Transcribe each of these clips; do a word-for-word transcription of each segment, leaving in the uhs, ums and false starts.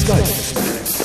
Dübels Geistesblitz.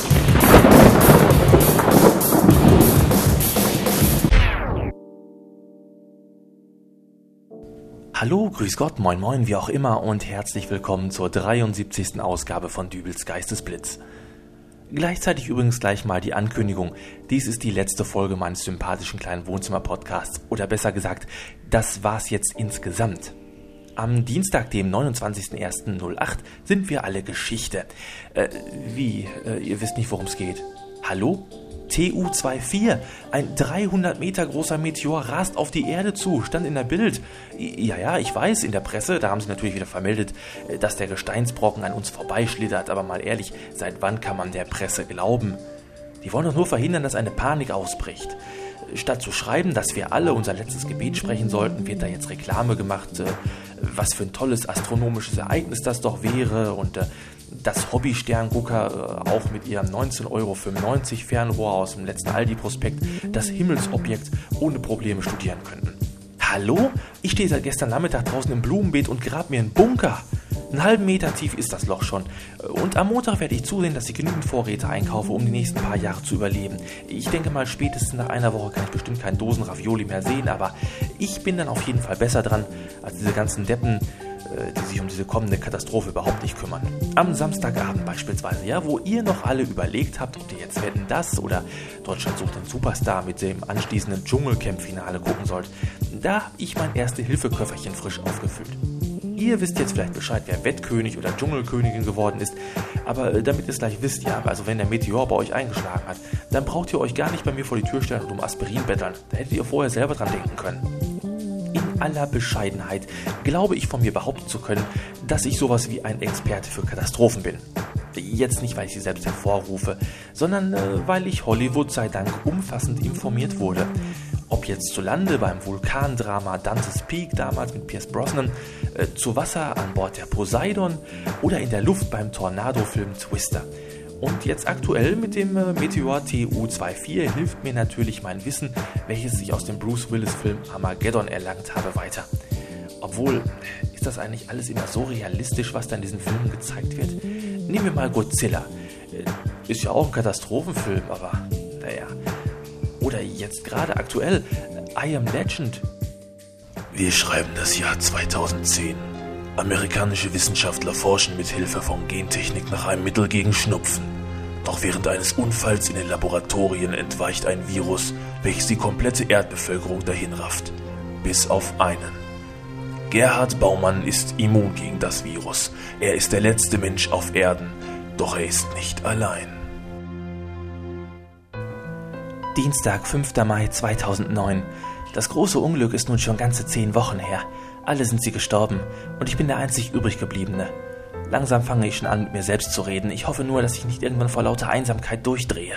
Hallo, grüß Gott, moin moin, wie auch immer und herzlich willkommen zur dreiundsiebzigsten Ausgabe von Dübels Geistesblitz. Gleichzeitig übrigens gleich mal die Ankündigung, dies ist die letzte Folge meines sympathischen kleinen Wohnzimmer-Podcasts oder besser gesagt, das war's jetzt insgesamt. Am Dienstag, dem neunundzwanzigsten ersten acht sind wir alle Geschichte. Äh, wie? Äh, ihr wisst nicht, worum es geht. Hallo? T U vierundzwanzig, ein dreihundert Meter großer Meteor rast auf die Erde zu, stand in der Bild. Ja, ja, ich weiß, in der Presse, da haben sie natürlich wieder vermeldet, dass der Gesteinsbrocken an uns vorbeischlittert, aber mal ehrlich, seit wann kann man der Presse glauben? Die wollen doch nur verhindern, dass eine Panik ausbricht. Statt zu schreiben, dass wir alle unser letztes Gebet sprechen sollten, wird da jetzt Reklame gemacht, was für ein tolles astronomisches Ereignis das doch wäre und dass Hobby-Sterngucker äh, auch mit ihrem neunzehn Euro fünfundneunzig Fernrohr aus dem letzten Aldi-Prospekt das Himmelsobjekt ohne Probleme studieren könnten. Hallo? Ich stehe seit gestern Nachmittag draußen im Blumenbeet und grab mir einen Bunker. Einen halben Meter tief ist das Loch schon. Und am Montag werde ich zusehen, dass ich genügend Vorräte einkaufe, um die nächsten paar Jahre zu überleben. Ich denke mal, spätestens nach einer Woche kann ich bestimmt keinen Dosen Ravioli mehr sehen, aber ich bin dann auf jeden Fall besser dran als diese ganzen Deppen, die sich um diese kommende Katastrophe überhaupt nicht kümmern. Am Samstagabend beispielsweise, ja, wo ihr noch alle überlegt habt, ob ihr jetzt Wetten, das oder Deutschland sucht den Superstar mit dem anschließenden Dschungelcamp-Finale gucken sollt, da habe ich mein Erste-Hilfe-Köfferchen frisch aufgefüllt. Ihr wisst jetzt vielleicht Bescheid, wer Wettkönig oder Dschungelkönigin geworden ist, aber damit ihr es gleich wisst, ja, also wenn der Meteor bei euch eingeschlagen hat, dann braucht ihr euch gar nicht bei mir vor die Tür stellen und um Aspirin betteln. Da hättet ihr vorher selber dran denken können. In aller Bescheidenheit glaube ich von mir behaupten zu können, dass ich sowas wie ein Experte für Katastrophen bin. Jetzt nicht, weil ich sie selbst hervorrufe, sondern äh, weil ich Hollywood sei Dank umfassend informiert wurde. Ob jetzt zu Lande beim Vulkandrama Dante's Peak, damals mit Pierce Brosnan, äh, zu Wasser an Bord der Poseidon oder in der Luft beim Tornado-Film Twister. Und jetzt aktuell mit dem äh, Meteor T U vierundzwanzig hilft mir natürlich mein Wissen, welches ich aus dem Bruce Willis-Film Armageddon erlangt habe, weiter. Obwohl, ist das eigentlich alles immer so realistisch, was da in diesen Filmen gezeigt wird? Nehmen wir mal Godzilla. Äh, ist ja auch ein Katastrophenfilm, aber naja. Oder jetzt gerade aktuell I Am Legend. Wir schreiben das Jahr zweitausendzehn. Amerikanische Wissenschaftler forschen mit Hilfe von Gentechnik nach einem Mittel gegen Schnupfen. Doch während eines Unfalls in den Laboratorien entweicht ein Virus, welches die komplette Erdbevölkerung dahinrafft. Bis auf einen. Gerhard Baumann ist immun gegen das Virus. Er ist der letzte Mensch auf Erden, doch er ist nicht allein. Dienstag, fünfter Mai zweitausendneun. Das große Unglück ist nun schon ganze zehn Wochen her. Alle sind sie gestorben und ich bin der einzig übrig gebliebene. Langsam fange ich schon an, mit mir selbst zu reden. Ich hoffe nur, dass ich nicht irgendwann vor lauter Einsamkeit durchdrehe.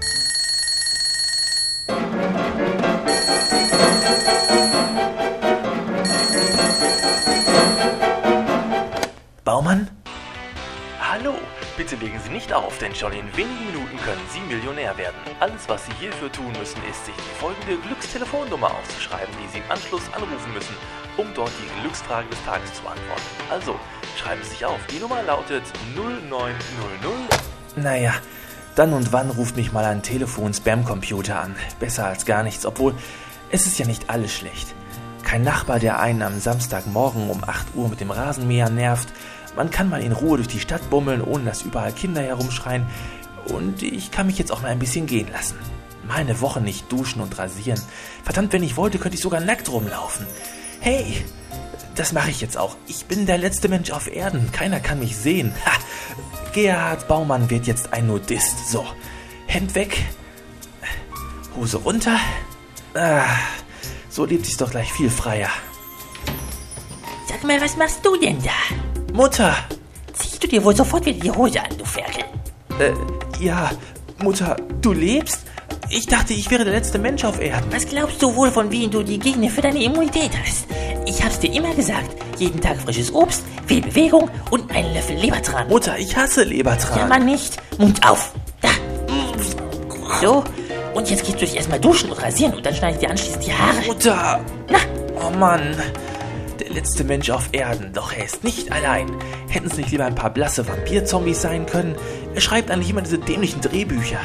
Baumann? Hallo, bitte legen Sie nicht auf, denn schon in wenigen Minuten können Sie Millionär werden. Alles, was Sie hierfür tun müssen, ist, sich die folgende Glückstelefonnummer aufzuschreiben, die Sie im Anschluss anrufen müssen, um dort die Glücksfrage des Tages zu beantworten. Also, schreiben Sie sich auf. Die Nummer lautet null neun null null. Naja, dann und wann ruft mich mal ein Telefon-Spam-Computer an. Besser als gar nichts, obwohl es ist ja nicht alles schlecht. Kein Nachbar, der einen am Samstagmorgen um acht Uhr mit dem Rasenmäher nervt. Man kann mal in Ruhe durch die Stadt bummeln, ohne dass überall Kinder herumschreien. Und ich kann mich jetzt auch mal ein bisschen gehen lassen. Mal eine Woche nicht duschen und rasieren. Verdammt, wenn ich wollte, könnte ich sogar nackt rumlaufen. Hey, das mache ich jetzt auch. Ich bin der letzte Mensch auf Erden. Keiner kann mich sehen. Ha! Gerhard Baumann wird jetzt ein Nudist. So, Hemd weg, Hose runter. Ah, so lebt sich's doch gleich viel freier. Sag mal, was machst du denn da? Mutter! Ziehst du dir wohl sofort wieder die Hose an, du Ferkel? Äh, ja, Mutter, du lebst? Ich dachte, ich wäre der letzte Mensch auf Erden. Was glaubst du wohl, von wem du die Gene für deine Immunität hast? Ich hab's dir immer gesagt. Jeden Tag frisches Obst, viel Bewegung und einen Löffel Lebertran. Mutter, ich hasse Lebertran. Ja, Mann, nicht. Mund auf. Da. So. Und jetzt gehst du dich erstmal duschen und rasieren und dann schneide ich dir anschließend die Haare. Mutter! Na? Oh Mann. der letzte Mensch auf Erden, doch er ist nicht allein. Hätten es nicht lieber ein paar blasse Vampir-Zombies sein können? Er schreibt eigentlich immer diese dämlichen Drehbücher.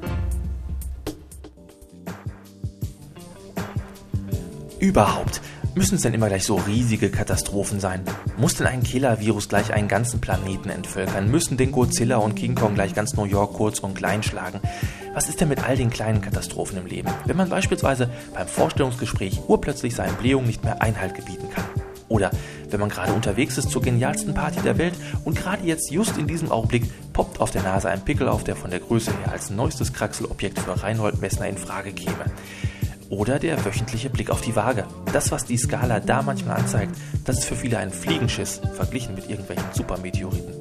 Überhaupt, müssen es denn immer gleich so riesige Katastrophen sein? Muss denn ein Killer-Virus gleich einen ganzen Planeten entvölkern? Müssen denn Godzilla und King Kong gleich ganz New York kurz und klein schlagen? Was ist denn mit all den kleinen Katastrophen im Leben, wenn man beispielsweise beim Vorstellungsgespräch urplötzlich seinen Blähungen nicht mehr Einhalt gebieten kann? Oder wenn man gerade unterwegs ist zur genialsten Party der Welt und gerade jetzt just in diesem Augenblick poppt auf der Nase ein Pickel auf, der von der Größe her als neuestes Kraxelobjekt für Reinhold Messner in Frage käme. Oder der wöchentliche Blick auf die Waage. Das, was die Skala da manchmal anzeigt, das ist für viele ein Fliegenschiss, verglichen mit irgendwelchen Supermeteoriten.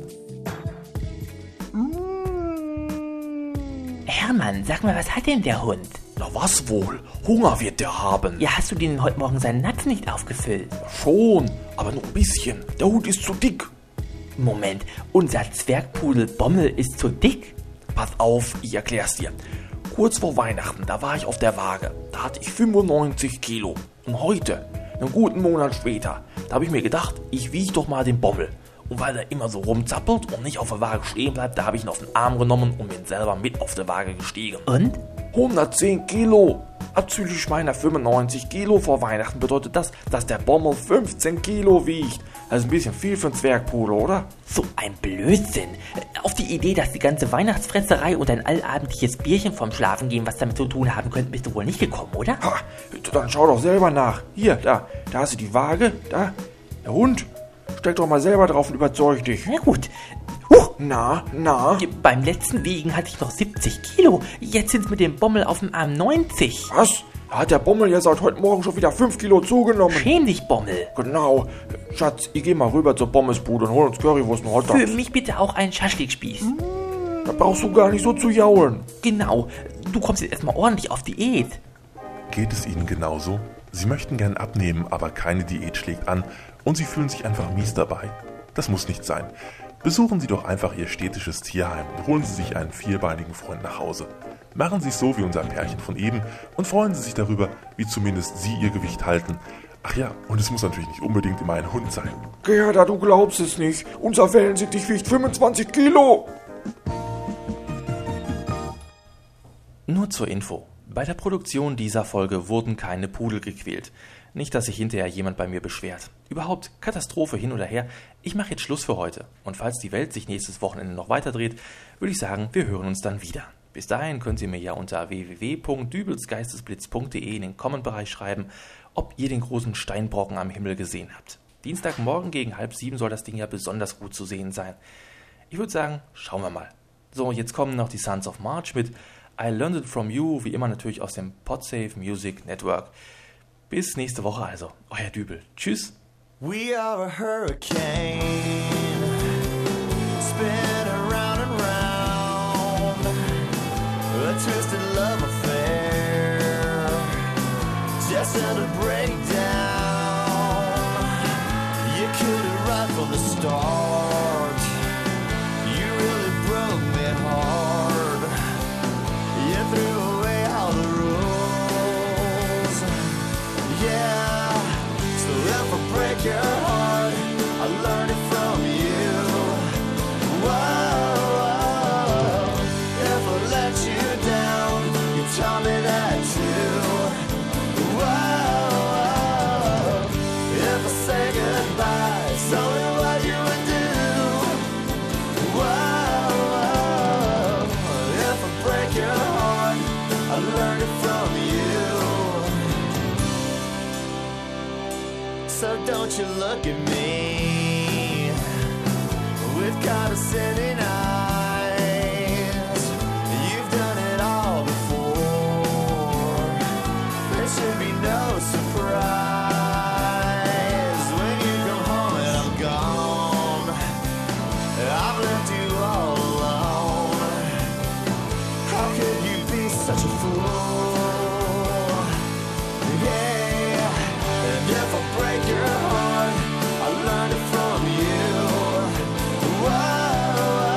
Hermann, sag mal, was hat denn der Hund? Na was wohl? Hunger wird der haben. Ja, hast du den heute Morgen seinen Napf nicht aufgefüllt? Schon, aber nur ein bisschen. Der Hund ist zu dick. Moment, unser Zwergpudel Bommel ist zu dick? Pass auf, ich erklär's dir. Kurz vor Weihnachten, da war ich auf der Waage. Da hatte ich fünfundneunzig Kilo. Und heute, einen guten Monat später, da habe ich mir gedacht, ich wiege doch mal den Bommel. Und weil er immer so rumzappelt und nicht auf der Waage stehen bleibt, da habe ich ihn auf den Arm genommen und bin selber mit auf der Waage gestiegen. Und? hundertzehn Kilo. Abzüglich meiner fünfundneunzig Kilo vor Weihnachten bedeutet das, dass der Bommel fünfzehn Kilo wiegt. Das ist ein bisschen viel für einen Zwergpudel, oder? So ein Blödsinn. Auf die Idee, dass die ganze Weihnachtsfresserei und ein allabendliches Bierchen vom Schlafengehen was damit zu tun haben könnten, bist du wohl nicht gekommen, oder? Ha, dann schau doch selber nach. Hier, da, da hast du die Waage, da, der Hund. Steck doch mal selber drauf und überzeug dich. Na gut. Huch. Na, na. Beim letzten Wiegen hatte ich noch siebzig Kilo. Jetzt sind es mit dem Bommel auf dem Arm neunzig. Was? Da hat der Bommel ja seit heute Morgen schon wieder fünf Kilo zugenommen. Schäm dich, Bommel. Genau. Schatz, ich geh mal rüber zur Pommesbude und hol uns Currywurst und Hotdogs. Für mich bitte auch einen Schaschlikspieß. Hm. Da brauchst du gar nicht so zu jaulen. Genau. Du kommst jetzt erstmal ordentlich auf Diät. Geht es Ihnen genauso? Sie möchten gern abnehmen, aber keine Diät schlägt an und Sie fühlen sich einfach mies dabei? Das muss nicht sein. Besuchen Sie doch einfach Ihr städtisches Tierheim und holen Sie sich einen vierbeinigen Freund nach Hause. Machen Sie es so wie unser Pärchen von eben und freuen Sie sich darüber, wie zumindest Sie Ihr Gewicht halten. Ach ja, und es muss natürlich nicht unbedingt immer ein Hund sein. Gerda, du glaubst es nicht. Unser Wellensittich wiegt fünfundzwanzig Kilo. Nur zur Info. Bei der Produktion dieser Folge wurden keine Pudel gequält. Nicht, dass sich hinterher jemand bei mir beschwert. Überhaupt, Katastrophe hin oder her. Ich mache jetzt Schluss für heute. Und falls die Welt sich nächstes Wochenende noch weiterdreht, würde ich sagen, wir hören uns dann wieder. Bis dahin könnt ihr mir ja unter w w w punkt dübelsgeistesblitz punkt de in den Comment-Bereich schreiben, ob ihr den großen Steinbrocken am Himmel gesehen habt. Dienstagmorgen gegen halb sieben soll das Ding ja besonders gut zu sehen sein. Ich würde sagen, schauen wir mal. So, jetzt kommen noch die Sons of March mit I Learned It From You, wie immer natürlich aus dem Podsafe Music Network. Bis nächste Woche also, euer Dübel. Tschüss. We are a hurricane, spin around and round, a twisted love affair, destined to break down. You killed it right from the start, you really broke me hard, you threw away all the rules, yeah, so if I break your heart, I learned it from you. Whoa, if I let you down, you taught me that too. Whoa, if I say goodbye, tell me what you would do. Whoa, if I break your heart, I learned it from you. So don't you look at me with condescending eyes. You've done it all before. There should be no surprise when you come home and I'm gone. I've left you all alone. How could you be such a fool? Yeah, and if I break your heart, I learned it from you. Whoa,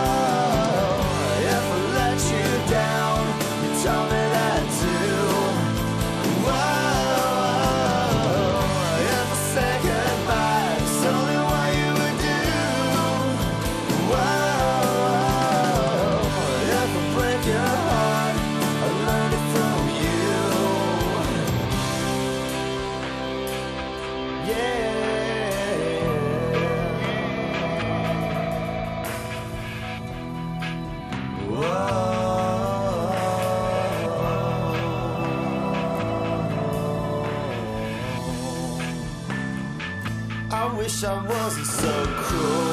wish I wasn't so cruel.